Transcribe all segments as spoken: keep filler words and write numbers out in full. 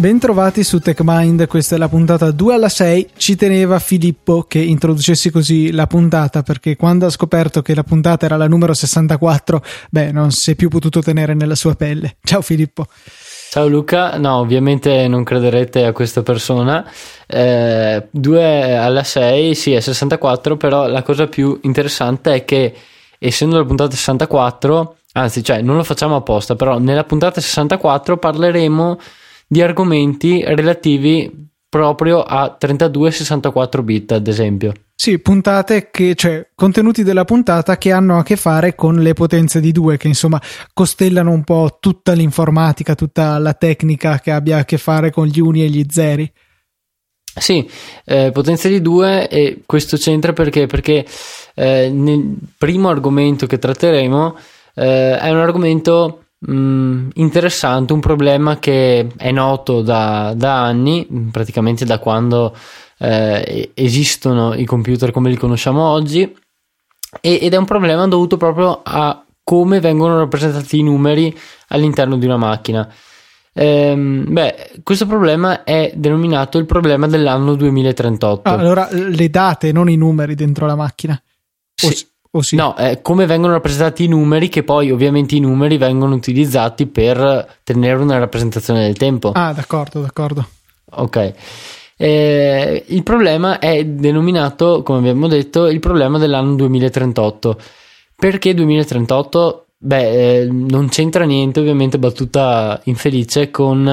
Bentrovati su TechMind, questa è la puntata due alla sei. Ci teneva Filippo che introducessi così la puntata, perché quando ha scoperto che la puntata era la numero sessantaquattro, beh, non si è più potuto tenere nella sua pelle. Ciao Filippo. Ciao Luca, no, ovviamente non crederete a questa persona. eh, due alla sei, sì, è sessantaquattro, però la cosa più interessante è che, essendo la puntata sessantaquattro, anzi, cioè non lo facciamo apposta, però nella puntata sessantaquattro parleremo di argomenti relativi proprio a trentadue sessantaquattro bit, ad esempio. Sì, puntate che, cioè contenuti della puntata che hanno a che fare con le potenze di due, che insomma costellano un po' tutta l'informatica, tutta la tecnica che abbia a che fare con gli uni e gli zeri. Sì, eh, potenze di due, e questo c'entra perché perché eh, nel primo argomento che tratteremo eh, è un argomento mh, interessante, un problema che è noto da, da anni, praticamente da quando eh, esistono i computer come li conosciamo oggi, e, ed è un problema dovuto proprio a come vengono rappresentati i numeri all'interno di una macchina. Ehm, beh, questo problema è denominato il problema dell'anno duemilatrentotto. Ah, allora le date, non i numeri dentro la macchina. O, sì. o sì? No, eh, come vengono rappresentati i numeri, che poi ovviamente i numeri vengono utilizzati per tenere una rappresentazione del tempo. Ah, d'accordo, d'accordo. Ok. Eh, il problema è denominato, come abbiamo detto, il problema dell'anno duemilatrentotto. Perché duemilatrentotto? Beh, eh, non c'entra niente, ovviamente, battuta infelice, con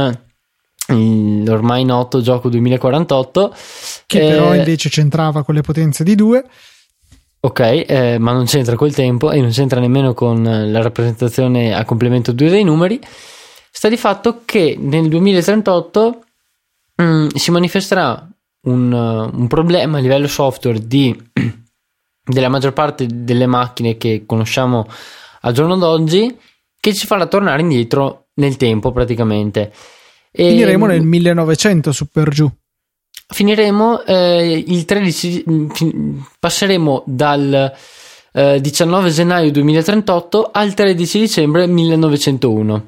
l'ormai noto gioco duemilaquarantotto, che eh, però invece c'entrava con le potenze di due. Ok, eh, ma non c'entra col tempo e non c'entra nemmeno con la rappresentazione a complemento due dei numeri. Sta di fatto che nel duemilatrentotto mh, si manifesterà un, un problema a livello software di, della maggior parte delle macchine che conosciamo al giorno d'oggi, che ci farà tornare indietro nel tempo praticamente. E finiremo nel millenovecento su per giù. Finiremo eh, il tredici, passeremo dal eh, diciannove gennaio duemilatrentotto al tredici dicembre millenovecentouno.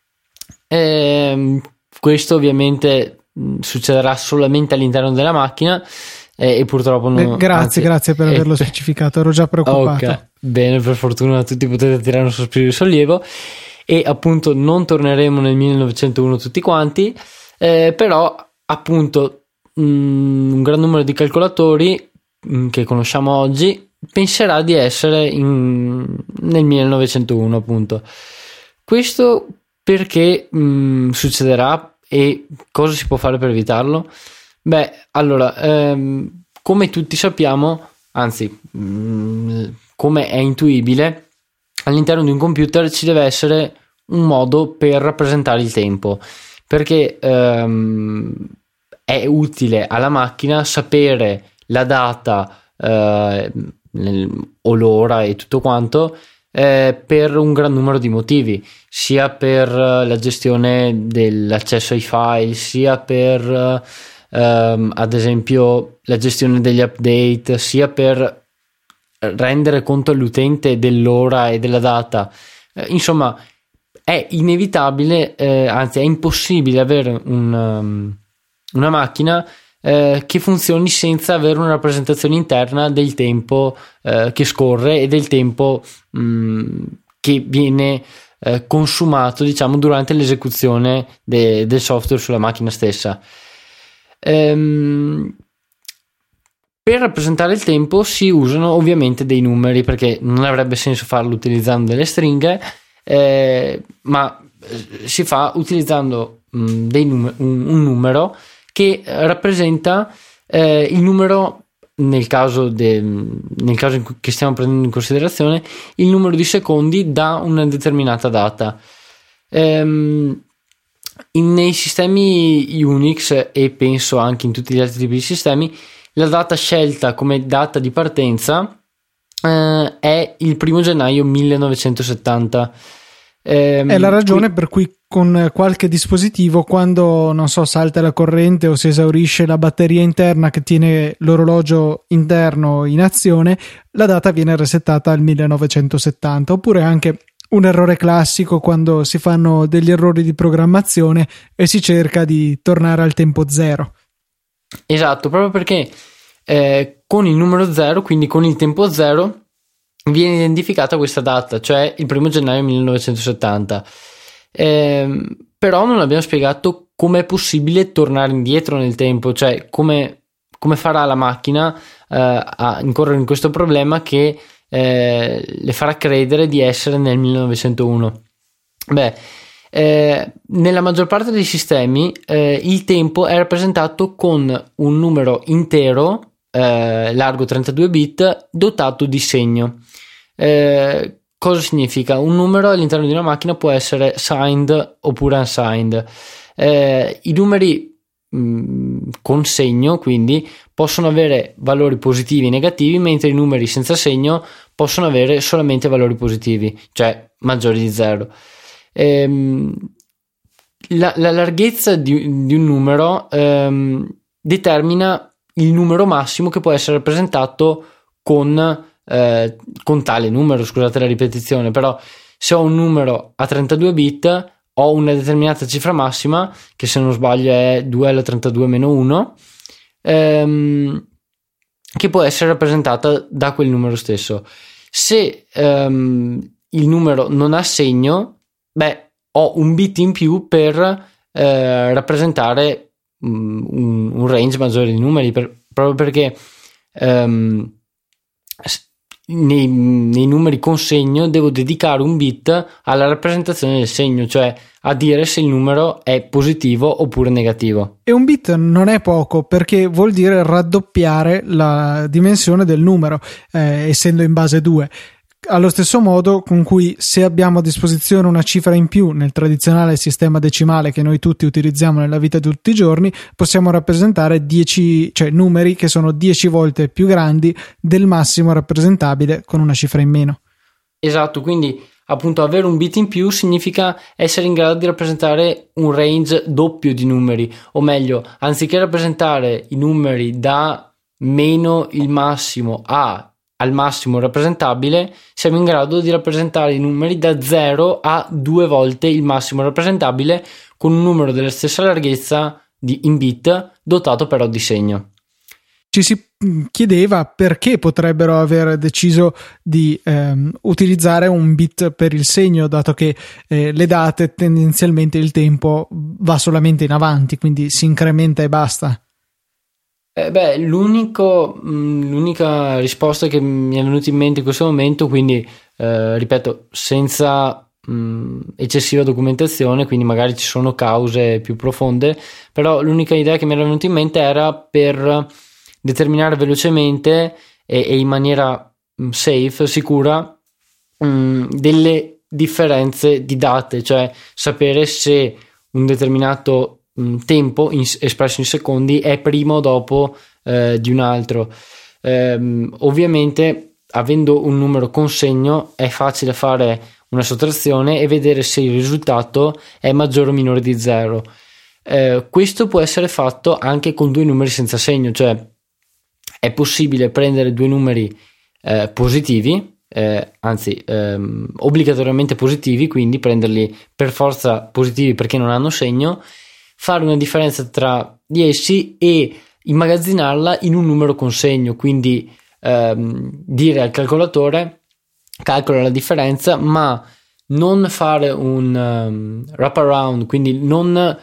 E questo ovviamente succederà solamente all'interno della macchina, eh, e purtroppo non... Eh, grazie, anzi, grazie per averlo eh, specificato, ero già preoccupato. Ok, bene, per fortuna tutti potete tirare un sospiro di sollievo, e appunto non torneremo nel millenovecentouno tutti quanti, eh, però appunto un gran numero di calcolatori che conosciamo oggi penserà di essere in, nel millenovecentouno, appunto. Questo perché mh, succederà e cosa si può fare per evitarlo? Beh, allora, ehm, come tutti sappiamo, anzi, mh, come è intuibile, all'interno di un computer ci deve essere un modo per rappresentare il tempo, perché ehm, è utile alla macchina sapere la data eh, o l'ora e tutto quanto, eh, per un gran numero di motivi, sia per la gestione dell'accesso ai file, sia per ehm, ad esempio la gestione degli update, sia per rendere conto all'utente dell'ora e della data. Eh, insomma, è inevitabile, eh, anzi è impossibile avere un um, una macchina eh, che funzioni senza avere una rappresentazione interna del tempo eh, che scorre e del tempo mh, che viene eh, consumato, diciamo, durante l'esecuzione de- del software sulla macchina stessa. Ehm, per rappresentare il tempo si usano ovviamente dei numeri, perché non avrebbe senso farlo utilizzando delle stringhe, eh, ma si fa utilizzando mh, dei num- un, un numero che rappresenta eh, il numero, nel caso, de, nel caso in cui, che stiamo prendendo in considerazione, il numero di secondi da una determinata data. Ehm, in, nei sistemi Unix, e penso anche in tutti gli altri tipi di sistemi, la data scelta come data di partenza eh, è il primo gennaio millenovecentosettanta. Ehm, è la ragione qui... per cui con qualche dispositivo, quando non so salta la corrente o si esaurisce la batteria interna che tiene l'orologio interno in azione, la data viene resettata al millenovecentosettanta. Oppure anche un errore classico quando si fanno degli errori di programmazione e si cerca di tornare al tempo zero. Esatto, proprio perché eh, con il numero zero, quindi con il tempo zero, viene identificata questa data, cioè il primo gennaio millenovecentosettanta. Eh, però non abbiamo spiegato come è possibile tornare indietro nel tempo, cioè come, come farà la macchina eh, a incorrere in questo problema che eh, le farà credere di essere nel millenovecentouno. Beh, eh, nella maggior parte dei sistemi eh, il tempo è rappresentato con un numero intero eh, largo trentadue bit dotato di segno. Eh, cosa significa? Un numero all'interno di una macchina può essere signed oppure unsigned. Eh, i numeri mh, con segno quindi possono avere valori positivi e negativi, mentre i numeri senza segno possono avere solamente valori positivi, cioè maggiori di zero. Ehm, la, la larghezza di, di un numero ehm, determina il numero massimo che può essere rappresentato con Eh, con tale numero, scusate la ripetizione, però se ho un numero a trentadue bit ho una determinata cifra massima che, se non sbaglio, è due alla trentadue meno uno, ehm, che può essere rappresentata da quel numero stesso. Se ehm, il numero non ha segno, beh, ho un bit in più per eh, rappresentare um, un, un range maggiore di numeri, per, proprio perché ehm, Nei, nei numeri con segno devo dedicare un bit alla rappresentazione del segno, cioè a dire se il numero è positivo oppure negativo. E un bit non è poco, perché vuol dire raddoppiare la dimensione del numero, eh, essendo in base due. Allo stesso modo con cui, se abbiamo a disposizione una cifra in più nel tradizionale sistema decimale che noi tutti utilizziamo nella vita di tutti i giorni, possiamo rappresentare dieci, cioè numeri che sono dieci volte più grandi del massimo rappresentabile con una cifra in meno. Esatto, quindi appunto avere un bit in più significa essere in grado di rappresentare un range doppio di numeri, o meglio, anziché rappresentare i numeri da meno il massimo a al massimo rappresentabile, siamo in grado di rappresentare i numeri da zero a due volte il massimo rappresentabile con un numero della stessa larghezza di, in bit, dotato però di segno. Ci si chiedeva perché potrebbero aver deciso di ehm, utilizzare un bit per il segno, dato che eh, le date, tendenzialmente il tempo va solamente in avanti, quindi si incrementa e basta. Eh beh, l'unico, mh, l'unica risposta che mi è venuta in mente in questo momento, quindi eh, ripeto, senza mh, eccessiva documentazione, quindi magari ci sono cause più profonde, però l'unica idea che mi era venuta in mente era per determinare velocemente e, e in maniera mh, safe, sicura, mh, delle differenze di date, cioè sapere se un determinato tempo in, espresso in secondi è prima o dopo eh, di un altro. Eh, ovviamente, avendo un numero con segno, è facile fare una sottrazione e vedere se il risultato è maggiore o minore di zero. Eh, questo può essere fatto anche con due numeri senza segno, cioè è possibile prendere due numeri eh, positivi, eh, anzi ehm, obbligatoriamente positivi, quindi prenderli per forza positivi perché non hanno segno, fare una differenza tra di essi e immagazzinarla in un numero con segno, quindi ehm, dire al calcolatore calcola la differenza, ma non fare un um, wraparound, quindi non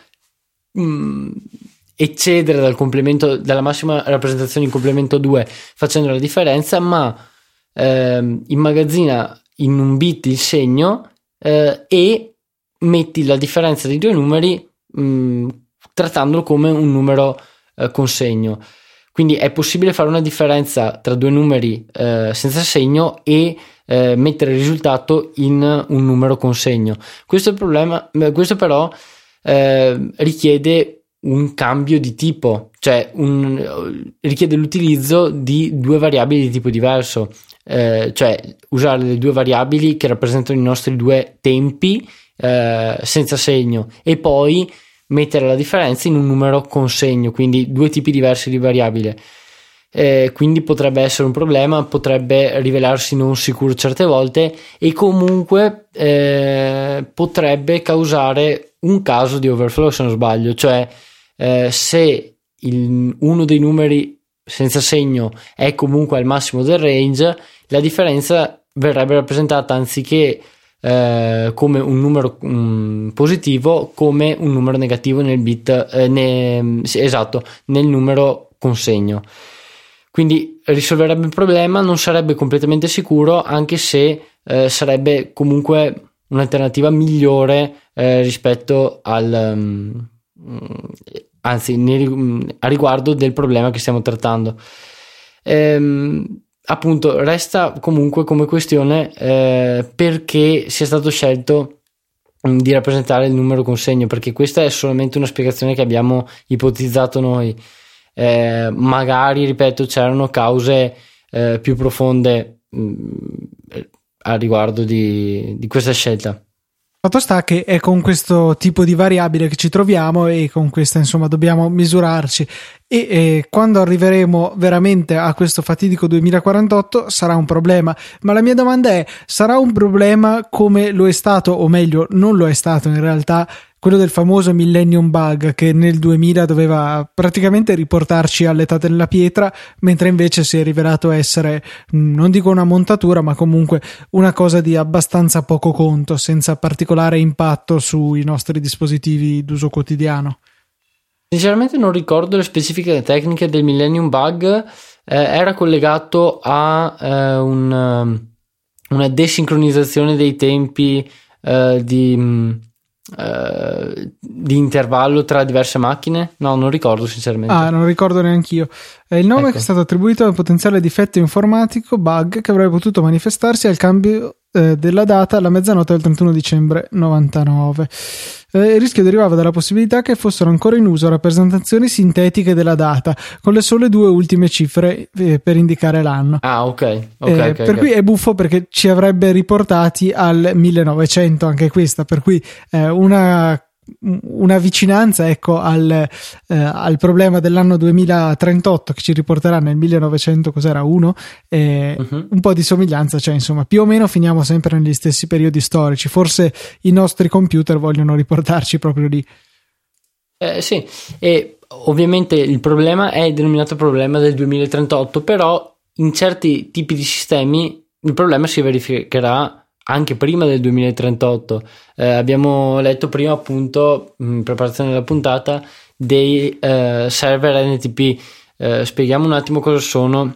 um, eccedere dal complemento, dalla massima rappresentazione in complemento due facendo la differenza, ma ehm, immagazzina in un bit il segno eh, e metti la differenza dei due numeri mh, trattandolo come un numero eh, con segno. Quindi è possibile fare una differenza tra due numeri eh, senza segno e eh, mettere il risultato in un numero con segno. Questo, è il problema, questo però eh, richiede un cambio di tipo, cioè un, richiede l'utilizzo di due variabili di tipo diverso, eh, cioè usare le due variabili che rappresentano i nostri due tempi eh, senza segno e poi mettere la differenza in un numero con segno, quindi due tipi diversi di variabile. eh, quindi potrebbe essere un problema, potrebbe rivelarsi non sicuro certe volte e comunque eh, potrebbe causare un caso di overflow, se non sbaglio, cioè eh, se il, uno dei numeri senza segno è comunque al massimo del range, la differenza verrebbe rappresentata anziché eh, come un numero um, positivo, come un numero negativo nel bit eh, ne, sì, esatto, nel numero con segno. Quindi risolverebbe il problema, non sarebbe completamente sicuro, anche se eh, sarebbe comunque un'alternativa migliore eh, rispetto al um, anzi ne, a riguardo del problema che stiamo trattando. Ehm, appunto resta comunque come questione eh, perché sia stato scelto um, di rappresentare il numero con segno, perché questa è solamente una spiegazione che abbiamo ipotizzato noi. Eh, magari, ripeto, c'erano cause eh, più profonde mh, a riguardo di, di questa scelta. Fatto sta che è con questo tipo di variabile che ci troviamo e con questa insomma dobbiamo misurarci e eh, quando arriveremo veramente a questo fatidico duemilaquarantotto sarà un problema, ma la mia domanda è: sarà un problema come lo è stato, o meglio non lo è stato in realtà, quello del famoso Millennium Bug che nel duemila doveva praticamente riportarci all'età della pietra, mentre invece si è rivelato essere, non dico una montatura, ma comunque una cosa di abbastanza poco conto, senza particolare impatto sui nostri dispositivi d'uso quotidiano? Sinceramente non ricordo le specifiche tecniche del Millennium Bug, eh, era collegato a eh, un, una desincronizzazione dei tempi eh, di... Uh, di intervallo tra diverse macchine? No, non ricordo sinceramente. Ah, non ricordo neanch'io. Eh, il nome ecco. Che è stato attribuito a un potenziale difetto informatico, bug, che avrebbe potuto manifestarsi al cambio eh, della data alla mezzanotte del trentuno dicembre novantanove. Eh, il rischio derivava dalla possibilità che fossero ancora in uso rappresentazioni sintetiche della data con le sole due ultime cifre eh, per indicare l'anno. Ah, ok, okay, eh, okay per okay. cui è buffo perché ci avrebbe riportati al millenovecento anche questa, per cui eh, una una vicinanza ecco al, eh, al problema dell'anno duemilatrentotto che ci riporterà nel millenovecento, cos'era, uno, eh, uh-huh. Un po' di somiglianza c'è, cioè, insomma più o meno finiamo sempre negli stessi periodi storici, forse i nostri computer vogliono riportarci proprio lì. Eh, sì, e ovviamente il problema è il denominato problema del duemilatrentotto, però in certi tipi di sistemi il problema si verificherà anche prima del duemilatrentotto. Eh, abbiamo letto prima, appunto, in preparazione della puntata, dei eh, server N T P. Eh, spieghiamo un attimo cosa sono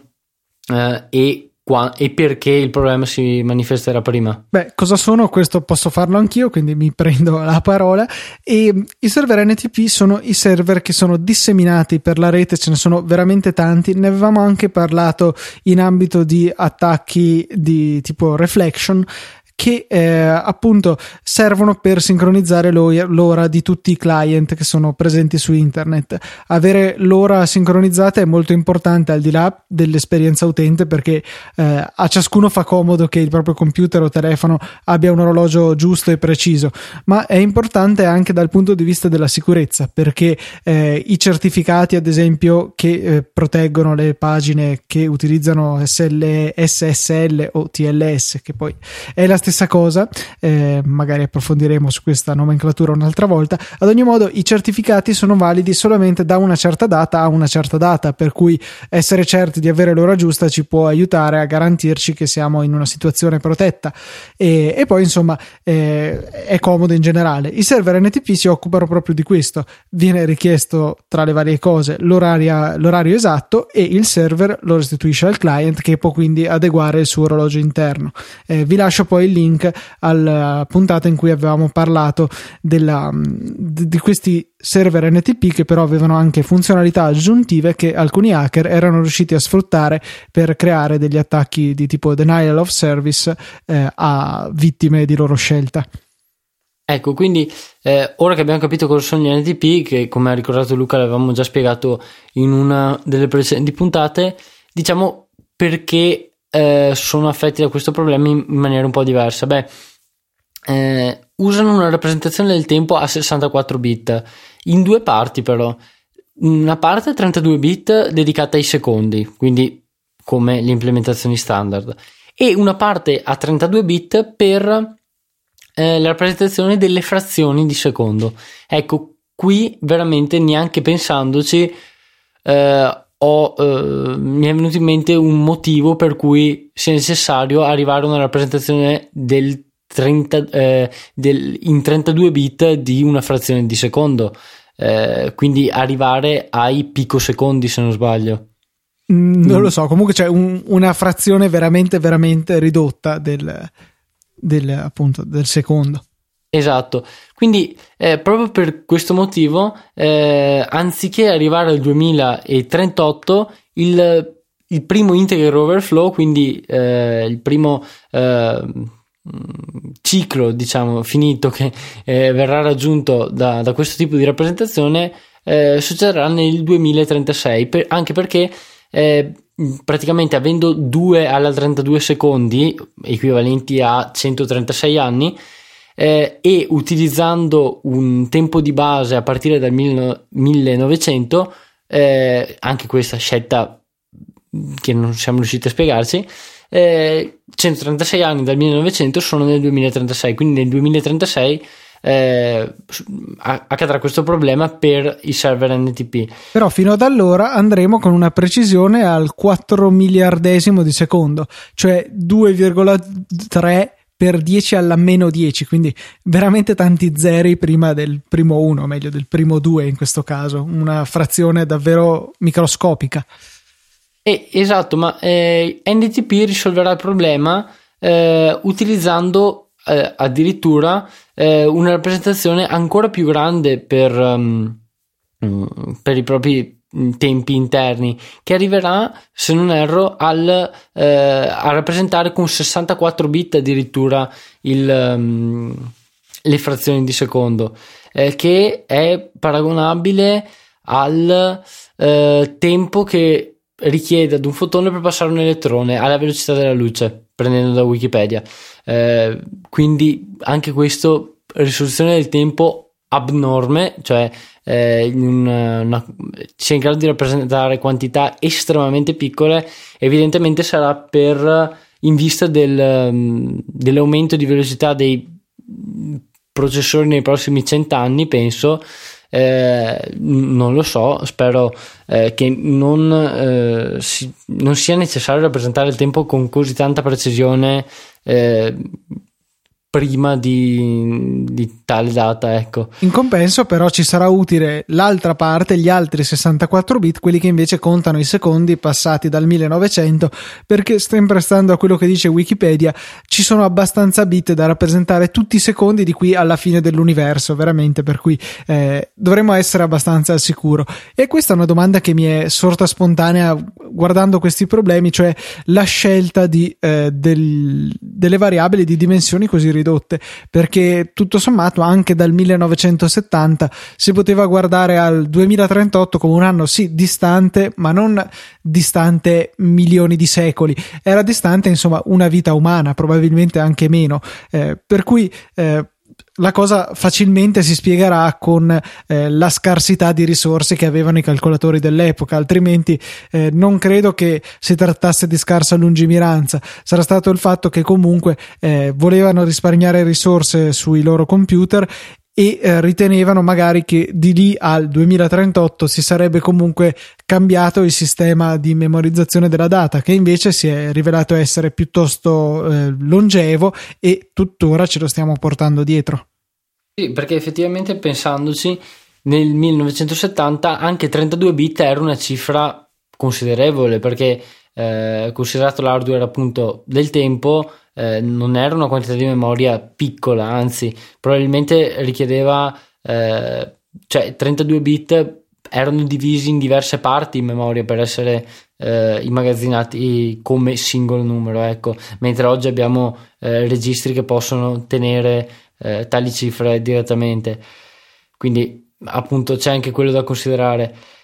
eh, e, qua, e perché il problema si manifesterà prima. Beh, cosa sono? Questo posso farlo anch'io, quindi mi prendo la parola. E i server N T P sono i server che sono disseminati per la rete, ce ne sono veramente tanti. Ne avevamo anche parlato in ambito di attacchi di tipo reflection, che eh, appunto servono per sincronizzare l'ora di tutti i client che sono presenti su internet. Avere l'ora sincronizzata è molto importante al di là dell'esperienza utente, perché eh, a ciascuno fa comodo che il proprio computer o telefono abbia un orologio giusto e preciso, ma è importante anche dal punto di vista della sicurezza, perché eh, i certificati ad esempio che eh, proteggono le pagine che utilizzano S S L o T L S, che poi è la stessa cosa, eh, magari approfondiremo su questa nomenclatura un'altra volta. Ad ogni modo i certificati sono validi solamente da una certa data a una certa data, per cui essere certi di avere l'ora giusta ci può aiutare a garantirci che siamo in una situazione protetta e, e poi insomma eh, è comodo in generale. I server N T P si occupano proprio di questo, viene richiesto tra le varie cose l'orario, l'orario esatto e il server lo restituisce al client, che può quindi adeguare il suo orologio interno. Eh, vi lascio poi il link alla puntata in cui avevamo parlato della, di questi server N T P, che però avevano anche funzionalità aggiuntive che alcuni hacker erano riusciti a sfruttare per creare degli attacchi di tipo denial of service eh, a vittime di loro scelta. Ecco, quindi eh, ora che abbiamo capito cosa sono gli N T P, che come ha ricordato Luca l'avevamo già spiegato in una delle precedenti puntate, diciamo perché Eh, sono affetti da questo problema in maniera un po' diversa. Beh, eh, usano una rappresentazione del tempo a sessantaquattro bit in due parti, però una parte trentadue bit dedicata ai secondi, quindi come le implementazioni standard, e una parte a trentadue bit per eh, la rappresentazione delle frazioni di secondo. Ecco, qui veramente neanche pensandoci eh, ho, eh, mi è venuto in mente un motivo per cui sia necessario arrivare a una rappresentazione del trenta, eh, del, in trentadue bit di una frazione di secondo, eh, quindi arrivare ai picosecondi, se non sbaglio. Mm, non lo so, comunque c'è un, una frazione veramente veramente ridotta del, del appunto del secondo. Esatto, quindi eh, proprio per questo motivo, eh, anziché arrivare al duemilatrentotto, il, il primo integer overflow, quindi eh, il primo eh, ciclo, diciamo, finito che eh, verrà raggiunto da, da questo tipo di rappresentazione, eh, succederà nel duemilatrentasei, per, anche perché eh, praticamente avendo due alla trentadue secondi, equivalenti a centotrentasei anni, Eh, e utilizzando un tempo di base a partire dal millenovecento, eh, anche questa scelta che non siamo riusciti a spiegarci, eh, centotrentasei anni dal millenovecento sono nel duemilatrentasei, quindi nel duemilatrentasei eh, accadrà questo problema per i server N T P. Però fino ad allora andremo con una precisione al quattro miliardesimo di secondo, cioè due virgola tre per dieci alla meno dieci, quindi veramente tanti zeri prima del primo uno, meglio del primo due in questo caso, una frazione davvero microscopica. Eh, esatto, ma eh, N D T P risolverà il problema eh, utilizzando eh, addirittura eh, una rappresentazione ancora più grande per, um, per i propri tempi interni, che arriverà, se non erro, al, eh, a rappresentare con sessantaquattro bit addirittura il, um, le frazioni di secondo, eh, che è paragonabile al eh, tempo che richiede ad un fotone per passare un elettrone alla velocità della luce, prendendo da Wikipedia. Eh, quindi anche questo, risoluzione del tempo abnorme, cioè eh, una, una, sia in grado di rappresentare quantità estremamente piccole. Evidentemente sarà per in vista del, dell'aumento di velocità dei processori nei prossimi cent'anni, penso. Eh, non lo so, spero eh, che non, eh, si, non sia necessario rappresentare il tempo con così tanta precisione eh, prima di, di tale data, ecco. In compenso però ci sarà utile l'altra parte, gli altri sessantaquattro bit, quelli che invece contano i secondi passati dal millenovecento, perché sempre stando a quello che dice Wikipedia ci sono abbastanza bit da rappresentare tutti i secondi di qui alla fine dell'universo, veramente, per cui eh, dovremmo essere abbastanza al sicuro. E questa è una domanda che mi è sorta spontanea guardando questi problemi, cioè la scelta di, eh, del, delle variabili di dimensioni così ridotte, perché tutto sommato anche dal millenovecentosettanta si poteva guardare al duemilatrentotto come un anno sì distante, ma non distante milioni di secoli, era distante insomma una vita umana, probabilmente anche meno, eh, per cui eh, la cosa facilmente si spiegherà con eh, la scarsità di risorse che avevano i calcolatori dell'epoca, altrimenti eh, non credo che si trattasse di scarsa lungimiranza, sarà stato il fatto che comunque eh, volevano risparmiare risorse sui loro computer e eh, ritenevano magari che di lì al duemilatrentotto si sarebbe comunque cambiato il sistema di memorizzazione della data, che invece si è rivelato essere piuttosto eh, longevo e tuttora ce lo stiamo portando dietro. Sì, perché effettivamente pensandoci, nel millenovecentosettanta anche trentadue bit era una cifra considerevole, perché eh, considerato l'hardware appunto del tempo, Eh, non era una quantità di memoria piccola, anzi probabilmente richiedeva eh, cioè trentadue bit erano divisi in diverse parti in memoria per essere eh, immagazzinati come singolo numero, ecco, mentre oggi abbiamo eh, registri che possono tenere eh, tali cifre direttamente, quindi appunto c'è anche quello da considerare.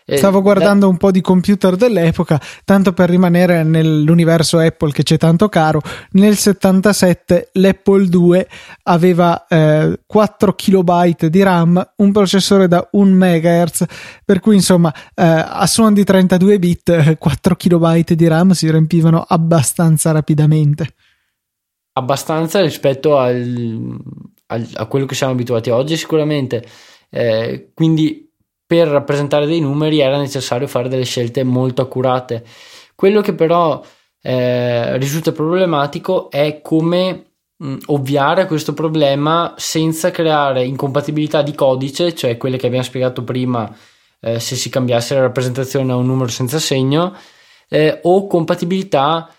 Stavo guardando da... un po' di computer dell'epoca, tanto per rimanere nell'universo Apple che c'è tanto caro. Nel settantasette l'Apple due aveva eh, quattro kilobyte di RAM, un processore da un megahertz, per cui insomma eh, a suon di trentadue bit quattro kilobyte di RAM si riempivano abbastanza rapidamente. Abbastanza rispetto al, al, a quello che siamo abituati oggi sicuramente, eh, quindi per rappresentare dei numeri era necessario fare delle scelte molto accurate. Quello che però eh, risulta problematico è come mh, ovviare a questo problema senza creare incompatibilità di codice, cioè quelle che abbiamo spiegato prima, eh, se si cambiasse la rappresentazione a un numero senza segno, eh, o compatibilità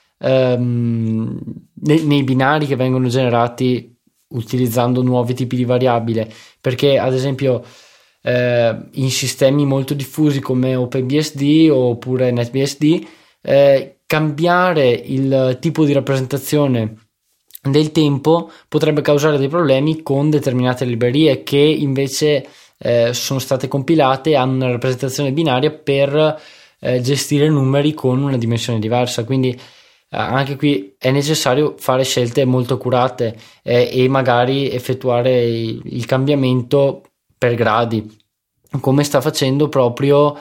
ehm, nei, nei binari che vengono generati utilizzando nuovi tipi di variabile, perché ad esempio Eh, in sistemi molto diffusi come OpenBSD oppure NetBSD, eh, cambiare il tipo di rappresentazione del tempo potrebbe causare dei problemi con determinate librerie che invece eh, sono state compilate e hanno una rappresentazione binaria per eh, gestire numeri con una dimensione diversa. Quindi eh, anche qui è necessario fare scelte molto accurate eh, e magari effettuare il, il cambiamento per gradi, come sta facendo proprio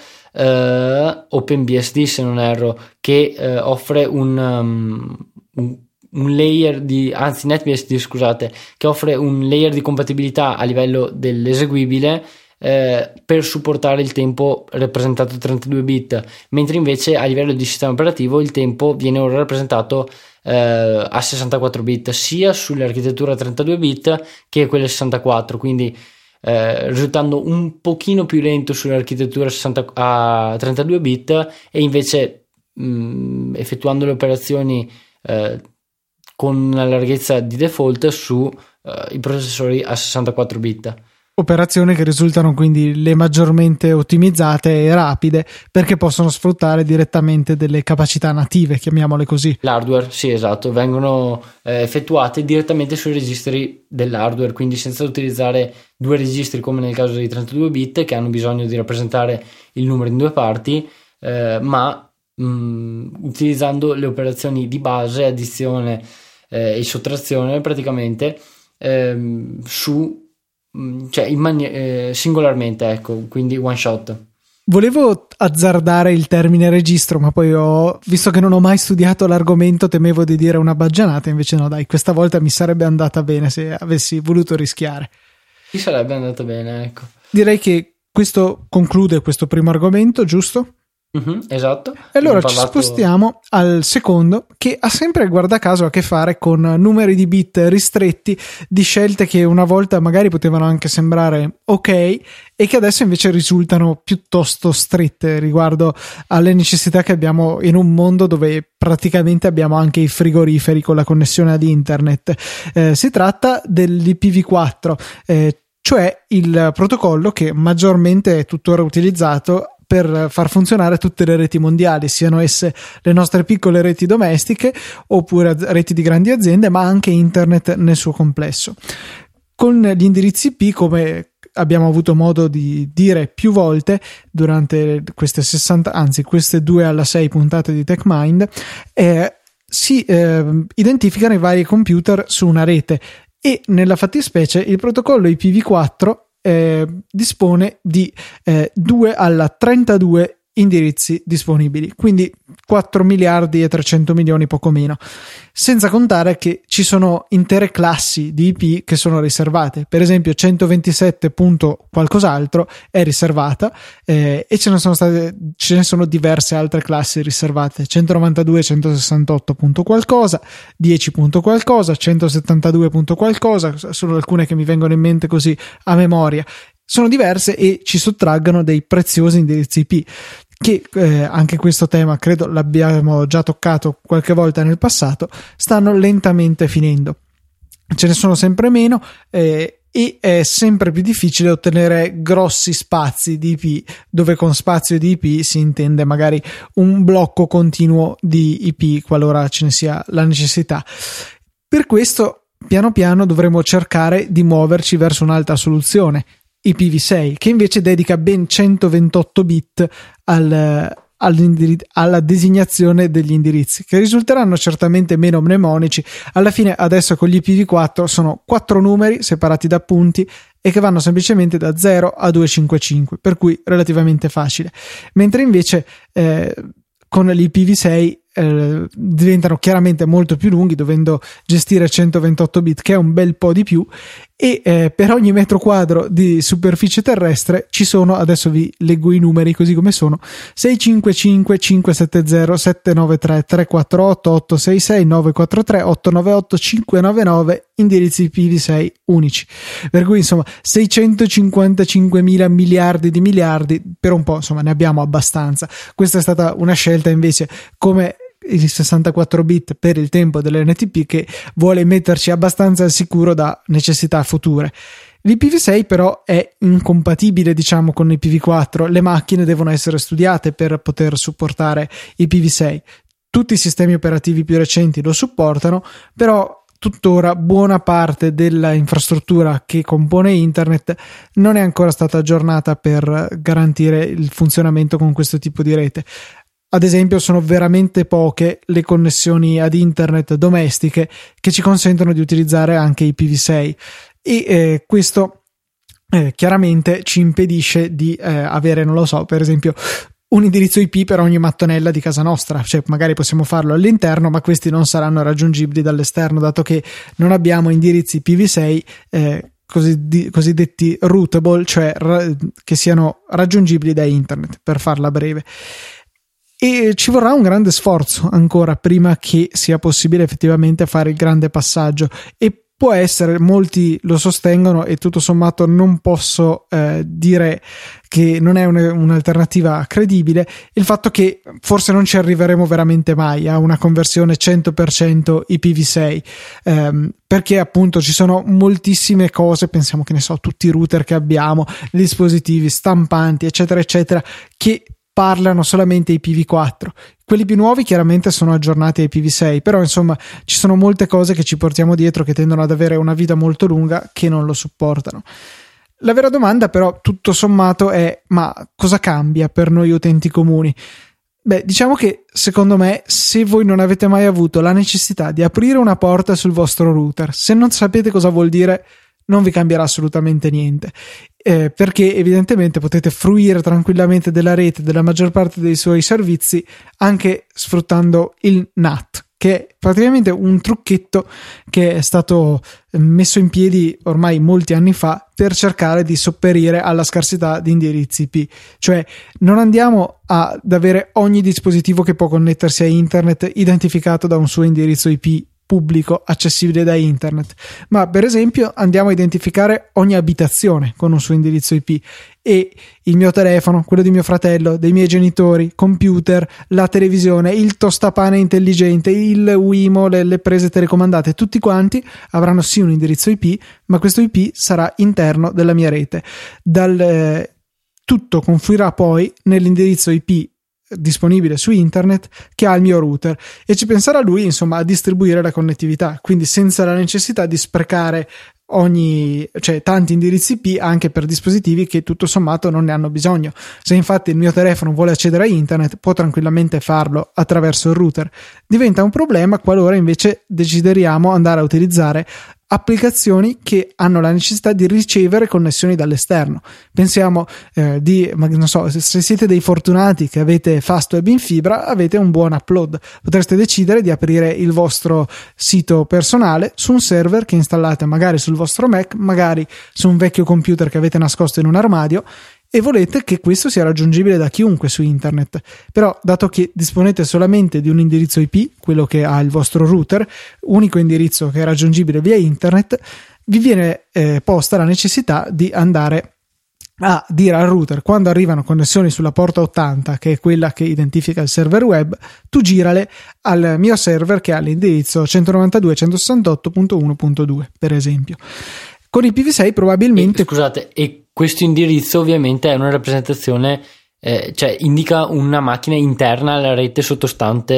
eh, OpenBSD, se non erro, che eh, offre un, um, un, un layer di, anzi NetBSD scusate, che offre un layer di compatibilità a livello dell'eseguibile eh, per supportare il tempo rappresentato trentadue bit, mentre invece a livello di sistema operativo il tempo viene ora rappresentato eh, a sessantaquattro bit, sia sull'architettura trentadue bit che quelle sessantaquattro, quindi Eh, risultando un pochino più lento sull'architettura sessanta a trentadue bit e invece mh, effettuando le operazioni eh, con una larghezza di default su eh, i processori a sessantaquattro bit. Operazioni che risultano quindi le maggiormente ottimizzate e rapide, perché possono sfruttare direttamente delle capacità native, chiamiamole così. L'hardware, sì, esatto, vengono eh, effettuate direttamente sui registri dell'hardware, quindi senza utilizzare due registri come nel caso dei trentadue bit che hanno bisogno di rappresentare il numero in due parti, eh, ma mh, utilizzando le operazioni di base, addizione eh, e sottrazione praticamente ehm, su cioè in mani- eh, singolarmente, ecco, quindi one shot. Volevo azzardare il termine registro, ma poi ho visto che non ho mai studiato l'argomento, temevo di dire una baggianata, invece no, dai, questa volta mi sarebbe andata bene se avessi voluto rischiare. Ti sarebbe andata bene, ecco. Direi che questo conclude questo primo argomento, giusto? Mm-hmm, esatto. E allora ci spostiamo al secondo, che ha sempre, guarda caso, a che fare con numeri di bit ristretti, di scelte che una volta magari potevano anche sembrare ok e che adesso invece risultano piuttosto strette riguardo alle necessità che abbiamo in un mondo dove praticamente abbiamo anche i frigoriferi con la connessione ad internet. Eh, si tratta dell'I P v quattro, eh, cioè il protocollo che maggiormente è tuttora utilizzato per far funzionare tutte le reti mondiali, siano esse le nostre piccole reti domestiche oppure reti di grandi aziende, ma anche internet nel suo complesso. Con gli indirizzi I P, come abbiamo avuto modo di dire più volte durante queste sessanta, anzi queste due alla sei puntate di TechMind, eh, si eh, identificano i vari computer su una rete e nella fattispecie il protocollo I P v quattro Eh, dispone di eh, due alla trentadue indirizzi disponibili, quindi quattro miliardi e trecento milioni poco meno, senza contare che ci sono intere classi di I P che sono riservate. Per esempio centoventisette punto qualcos'altro è riservata eh, e ce ne sono state ce ne sono diverse altre classi riservate: centonovantadue centosessantotto punto qualcosa, dieci punto qualcosa, centosettantadue punto qualcosa, sono alcune che mi vengono in mente così a memoria. Sono diverse e ci sottraggono dei preziosi indirizzi I P che eh, anche questo tema credo l'abbiamo già toccato qualche volta nel passato, stanno lentamente finendo, ce ne sono sempre meno eh, e è sempre più difficile ottenere grossi spazi di I P, dove con spazio di I P si intende magari un blocco continuo di I P qualora ce ne sia la necessità. Per questo piano piano dovremo cercare di muoverci verso un'altra soluzione, I P v sei, che invece dedica ben centoventotto bit al, alla designazione degli indirizzi, che risulteranno certamente meno mnemonici. Alla fine adesso con gli I P v quattro sono quattro numeri separati da punti e che vanno semplicemente da zero a duecentocinquantacinque, per cui relativamente facile, mentre invece eh, con l'I P v sei eh, diventano chiaramente molto più lunghi, dovendo gestire centoventotto bit, che è un bel po' di più, e eh, per ogni metro quadro di superficie terrestre ci sono, adesso vi leggo i numeri così come sono, sei cinque cinque cinque sette zero sette nove tre tre quattro otto otto sei sei nove quattro tre otto nove otto cinque nove nove indirizzi I P v sei unici, per cui insomma seicentocinquantacinquemila miliardi di miliardi per un po', insomma ne abbiamo abbastanza. Questa è stata una scelta invece come il sessantaquattro bit per il tempo dell'N T P, che vuole metterci abbastanza al sicuro da necessità future. L'I P v sei però è incompatibile, diciamo, con l'I P v quattro. Le macchine devono essere studiate per poter supportare I P v sei. Tutti i sistemi operativi più recenti lo supportano, però tuttora buona parte della infrastruttura che compone internet non è ancora stata aggiornata per garantire il funzionamento con questo tipo di rete. Ad esempio, sono veramente poche le connessioni ad internet domestiche che ci consentono di utilizzare anche I P v sei, e eh, questo eh, chiaramente ci impedisce di eh, avere, non lo so, per esempio un indirizzo I P per ogni mattonella di casa nostra. Cioè magari possiamo farlo all'interno, ma questi non saranno raggiungibili dall'esterno, dato che non abbiamo indirizzi I P v sei eh, cosiddetti routable, cioè ra- che siano raggiungibili da internet, per farla breve. E ci vorrà un grande sforzo ancora prima che sia possibile effettivamente fare il grande passaggio, e può essere, molti lo sostengono e tutto sommato non posso eh, dire che non è un, un'alternativa credibile, il fatto che forse non ci arriveremo veramente mai a una conversione cento per cento I P v sei, ehm, perché appunto ci sono moltissime cose, pensiamo, che ne so, tutti i router che abbiamo, dispositivi, stampanti eccetera eccetera, che parlano solamente I P v quattro. Quelli più nuovi chiaramente sono aggiornati a I P v sei, però insomma ci sono molte cose che ci portiamo dietro che tendono ad avere una vita molto lunga che non lo supportano. La vera domanda però tutto sommato è: ma cosa cambia per noi utenti comuni? Beh, diciamo che secondo me, se voi non avete mai avuto la necessità di aprire una porta sul vostro router, se non sapete cosa vuol dire, non vi cambierà assolutamente niente, eh, perché evidentemente potete fruire tranquillamente della rete, della maggior parte dei suoi servizi, anche sfruttando il N A T, che è praticamente un trucchetto che è stato messo in piedi ormai molti anni fa per cercare di sopperire alla scarsità di indirizzi I P. Cioè non andiamo ad avere ogni dispositivo che può connettersi a internet identificato da un suo indirizzo I P pubblico accessibile da internet, ma per esempio andiamo a identificare ogni abitazione con un suo indirizzo I P, e il mio telefono, quello di mio fratello, dei miei genitori, computer, la televisione, il tostapane intelligente, il Wimo, le, le prese telecomandate, tutti quanti avranno sì un indirizzo I P, ma questo I P sarà interno della mia rete. Dal, eh, tutto confluirà poi nell'indirizzo I P disponibile su internet che ha il mio router, e ci penserà lui insomma a distribuire la connettività, quindi senza la necessità di sprecare ogni, cioè tanti indirizzi I P anche per dispositivi che tutto sommato non ne hanno bisogno. Se infatti il mio telefono vuole accedere a internet, può tranquillamente farlo attraverso il router. Diventa un problema qualora invece desideriamo andare a utilizzare applicazioni che hanno la necessità di ricevere connessioni dall'esterno. Pensiamo eh, di, ma non so, se siete dei fortunati che avete Fastweb in fibra, avete un buon upload, potreste decidere di aprire il vostro sito personale su un server che installate magari sul vostro Mac, magari su un vecchio computer che avete nascosto in un armadio, e volete che questo sia raggiungibile da chiunque su internet. Però dato che disponete solamente di un indirizzo I P, quello che ha il vostro router, unico indirizzo che è raggiungibile via internet, vi viene eh, posta la necessità di andare a dire al router, quando arrivano connessioni sulla porta ottanta, che è quella che identifica il server web, tu girale al mio server che ha l'indirizzo centonovantadue punto centosessantotto punto uno punto due, per esempio. Con I P v sei probabilmente... E, scusate, e questo indirizzo ovviamente è una rappresentazione, eh, cioè indica una macchina interna alla rete sottostante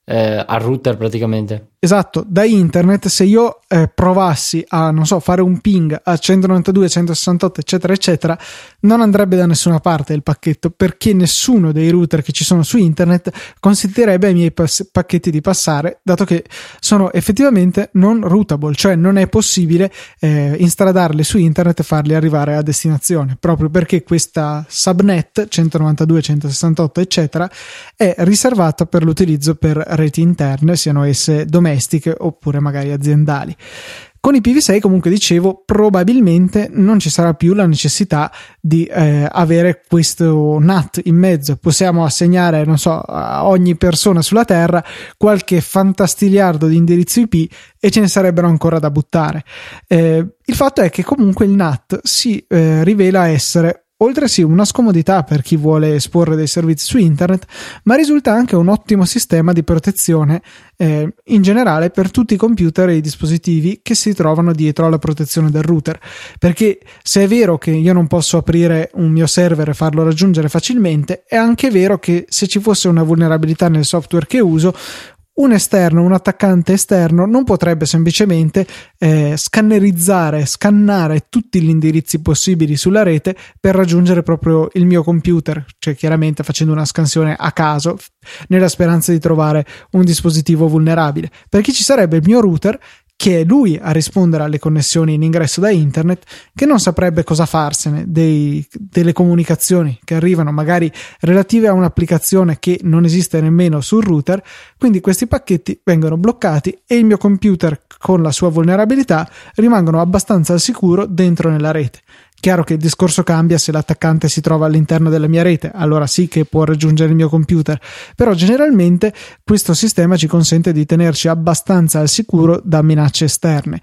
eh, al router praticamente. Esatto, da internet se io eh, provassi a, non so, fare un ping a centonovantadue, centosessantotto eccetera eccetera, non andrebbe da nessuna parte il pacchetto, perché nessuno dei router che ci sono su internet consentirebbe ai miei pass- pacchetti di passare, dato che sono effettivamente non routable, cioè non è possibile eh, instradarli su internet e farli arrivare a destinazione, proprio perché questa subnet centonovantadue, centosessantotto eccetera è riservata per l'utilizzo per reti interne, siano esse domestiche oppure magari aziendali. Con i P V sei, comunque dicevo, probabilmente non ci sarà più la necessità di eh, avere questo N A T in mezzo. Possiamo assegnare, non so, a ogni persona sulla Terra qualche fantastiliardo di indirizzo I P e ce ne sarebbero ancora da buttare. Eh, il fatto è che comunque il N A T si eh, rivela essere, oltre sì una scomodità per chi vuole esporre dei servizi su internet, ma risulta anche un ottimo sistema di protezione eh, in generale per tutti i computer e i dispositivi che si trovano dietro alla protezione del router, perché se è vero che io non posso aprire un mio server e farlo raggiungere facilmente, è anche vero che se ci fosse una vulnerabilità nel software che uso, un esterno, un attaccante esterno non potrebbe semplicemente eh, scannerizzare, scannare tutti gli indirizzi possibili sulla rete per raggiungere proprio il mio computer, cioè chiaramente facendo una scansione a caso nella speranza di trovare un dispositivo vulnerabile, perché ci sarebbe il mio router che è lui a rispondere alle connessioni in ingresso da internet, che non saprebbe cosa farsene dei, delle comunicazioni che arrivano magari relative a un'applicazione che non esiste nemmeno sul router. Quindi questi pacchetti vengono bloccati e il mio computer con la sua vulnerabilità rimangono abbastanza al sicuro dentro nella rete. Chiaro che il discorso cambia se l'attaccante si trova all'interno della mia rete, allora sì che può raggiungere il mio computer, però generalmente questo sistema ci consente di tenerci abbastanza al sicuro da minacce esterne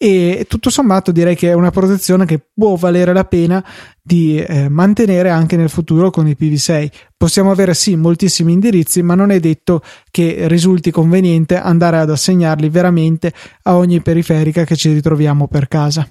e tutto sommato direi che è una protezione che può valere la pena di eh, mantenere anche nel futuro con i P V sei. Possiamo avere sì moltissimi indirizzi, ma non è detto che risulti conveniente andare ad assegnarli veramente a ogni periferica che ci ritroviamo per casa.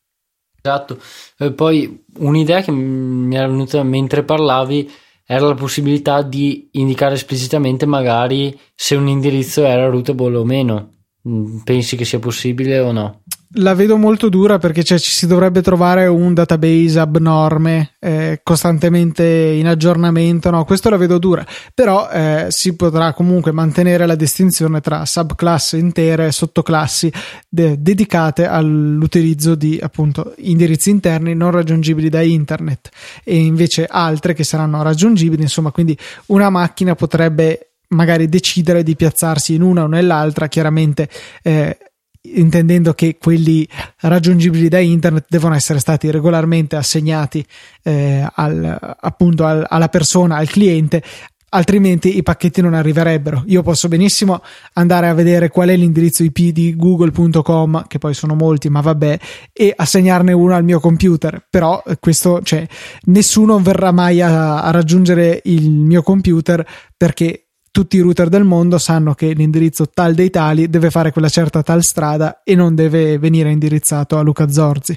Esatto, e poi un'idea che mi era venuta mentre parlavi era la possibilità di indicare esplicitamente magari se un indirizzo era routable o meno. Pensi che sia possibile o no? La vedo molto dura, perché cioè, ci si dovrebbe trovare un database abnorme eh, costantemente in aggiornamento, no, questo la vedo dura, però eh, si potrà comunque mantenere la distinzione tra subclasse intere e sottoclassi de- dedicate all'utilizzo di appunto indirizzi interni non raggiungibili da internet e invece altre che saranno raggiungibili, insomma, quindi una macchina potrebbe magari decidere di piazzarsi in una o nell'altra, chiaramente eh, intendendo che quelli raggiungibili da internet devono essere stati regolarmente assegnati eh, al, appunto al, alla persona, al cliente, altrimenti i pacchetti non arriverebbero. Io posso benissimo andare a vedere qual è l'indirizzo I P di google punto com, che poi sono molti, ma vabbè, e assegnarne uno al mio computer, però questo, cioè, nessuno verrà mai a, a raggiungere il mio computer, perché tutti i router del mondo sanno che l'indirizzo tal dei tali deve fare quella certa tal strada e non deve venire indirizzato a Luca Zorzi.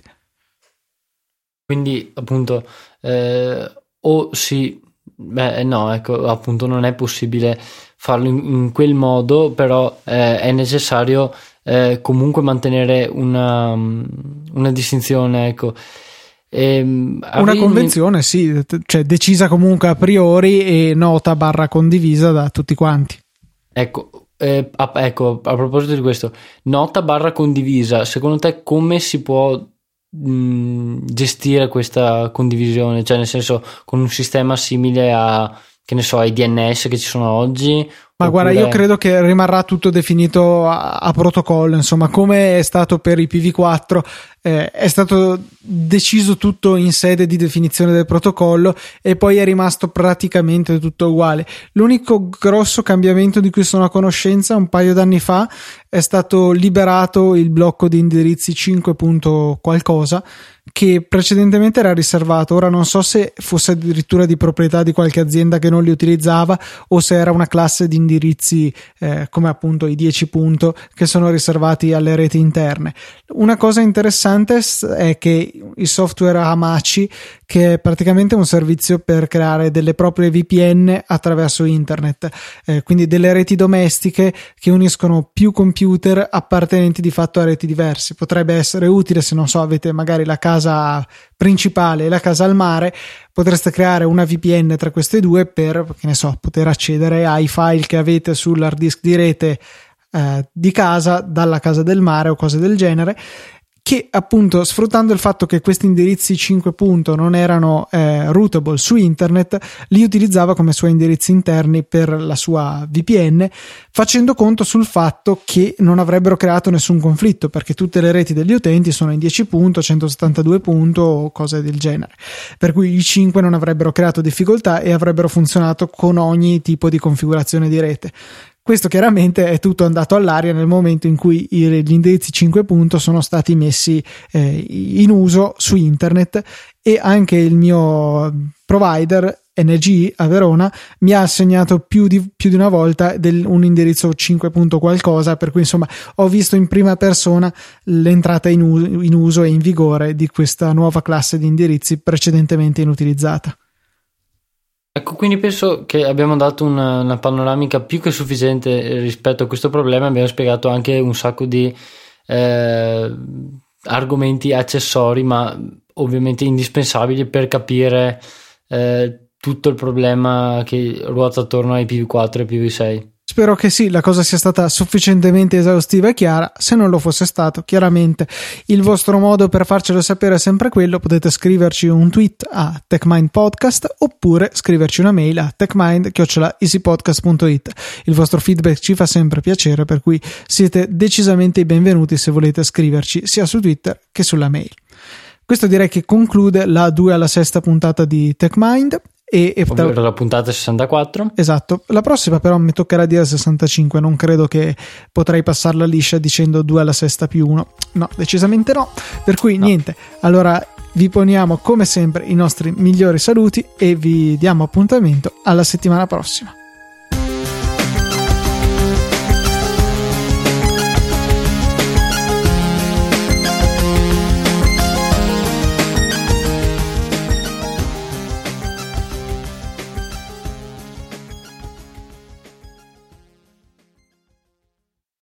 Quindi appunto eh, o si beh no ecco appunto non è possibile farlo in, in quel modo, però eh, è necessario eh, comunque mantenere una, una distinzione, ecco. E, una convenzione, sì, cioè decisa comunque a priori e nota barra condivisa da tutti quanti. Ecco, eh, a, ecco, a proposito di questo, nota barra condivisa, secondo te come si può mh, gestire questa condivisione? Cioè, nel senso, con un sistema simile a, che ne so, ai D N S che ci sono oggi? Ma Oppure... guarda, io credo che rimarrà tutto definito a, a protocollo, insomma, come è stato per i P V quattro, eh, è stato deciso tutto in sede di definizione del protocollo e poi è rimasto praticamente tutto uguale. L'unico grosso cambiamento di cui sono a conoscenza, un paio d'anni fa è stato liberato il blocco di indirizzi cinque punto qualcosa, che precedentemente era riservato. Ora non so se fosse addirittura di proprietà di qualche azienda che non li utilizzava o se era una classe di indirizzi eh, come appunto i dieci punto che sono riservati alle reti interne. Una cosa interessante è che il software Hamachi, che è praticamente un servizio per creare delle proprie V P N attraverso internet, eh, quindi delle reti domestiche che uniscono più computer appartenenti di fatto a reti diverse. Potrebbe essere utile se, non so, avete magari la casa principale e la casa al mare, potreste creare una V P N tra queste due per, che ne so, poter accedere ai file che avete sull'hard disk di rete eh, di casa, dalla casa del mare o cose del genere, che appunto, sfruttando il fatto che questi indirizzi cinque punto non erano eh, routable su internet, li utilizzava come suoi indirizzi interni per la sua V P N, facendo conto sul fatto che non avrebbero creato nessun conflitto, perché tutte le reti degli utenti sono in dieci punto, centosettantadue punto o cose del genere, per cui i cinque non avrebbero creato difficoltà e avrebbero funzionato con ogni tipo di configurazione di rete. Questo chiaramente è tutto andato all'aria nel momento in cui gli indirizzi cinque punto sono stati messi eh, in uso su internet, e anche il mio provider N G a Verona mi ha assegnato più di, più di una volta del, un indirizzo cinque punto qualcosa, per cui insomma ho visto in prima persona l'entrata in, u- in uso e in vigore di questa nuova classe di indirizzi precedentemente inutilizzata. Ecco, quindi penso che abbiamo dato una, una panoramica più che sufficiente rispetto a questo problema. Abbiamo spiegato anche un sacco di eh, argomenti accessori, ma ovviamente indispensabili per capire eh, tutto il problema che ruota attorno ai P V quattro e P V sei. Spero che sì, la cosa sia stata sufficientemente esaustiva e chiara. Se non lo fosse stato, chiaramente il vostro modo per farcelo sapere è sempre quello: potete scriverci un tweet a TechMind Podcast oppure scriverci una mail a techmind chiocciola easypodcast punto it. Il vostro feedback ci fa sempre piacere, per cui siete decisamente i benvenuti se volete scriverci sia su Twitter che sulla mail. Questo direi che conclude la due alla sesta puntata di TechMind. E, e ovvero la puntata sessantaquattro. Esatto, la prossima però mi toccherà dire sessantacinque, non credo che potrei passarla liscia dicendo due alla sesta più uno, no, decisamente no, per cui no. Niente, allora vi poniamo come sempre i nostri migliori saluti e vi diamo appuntamento alla settimana prossima.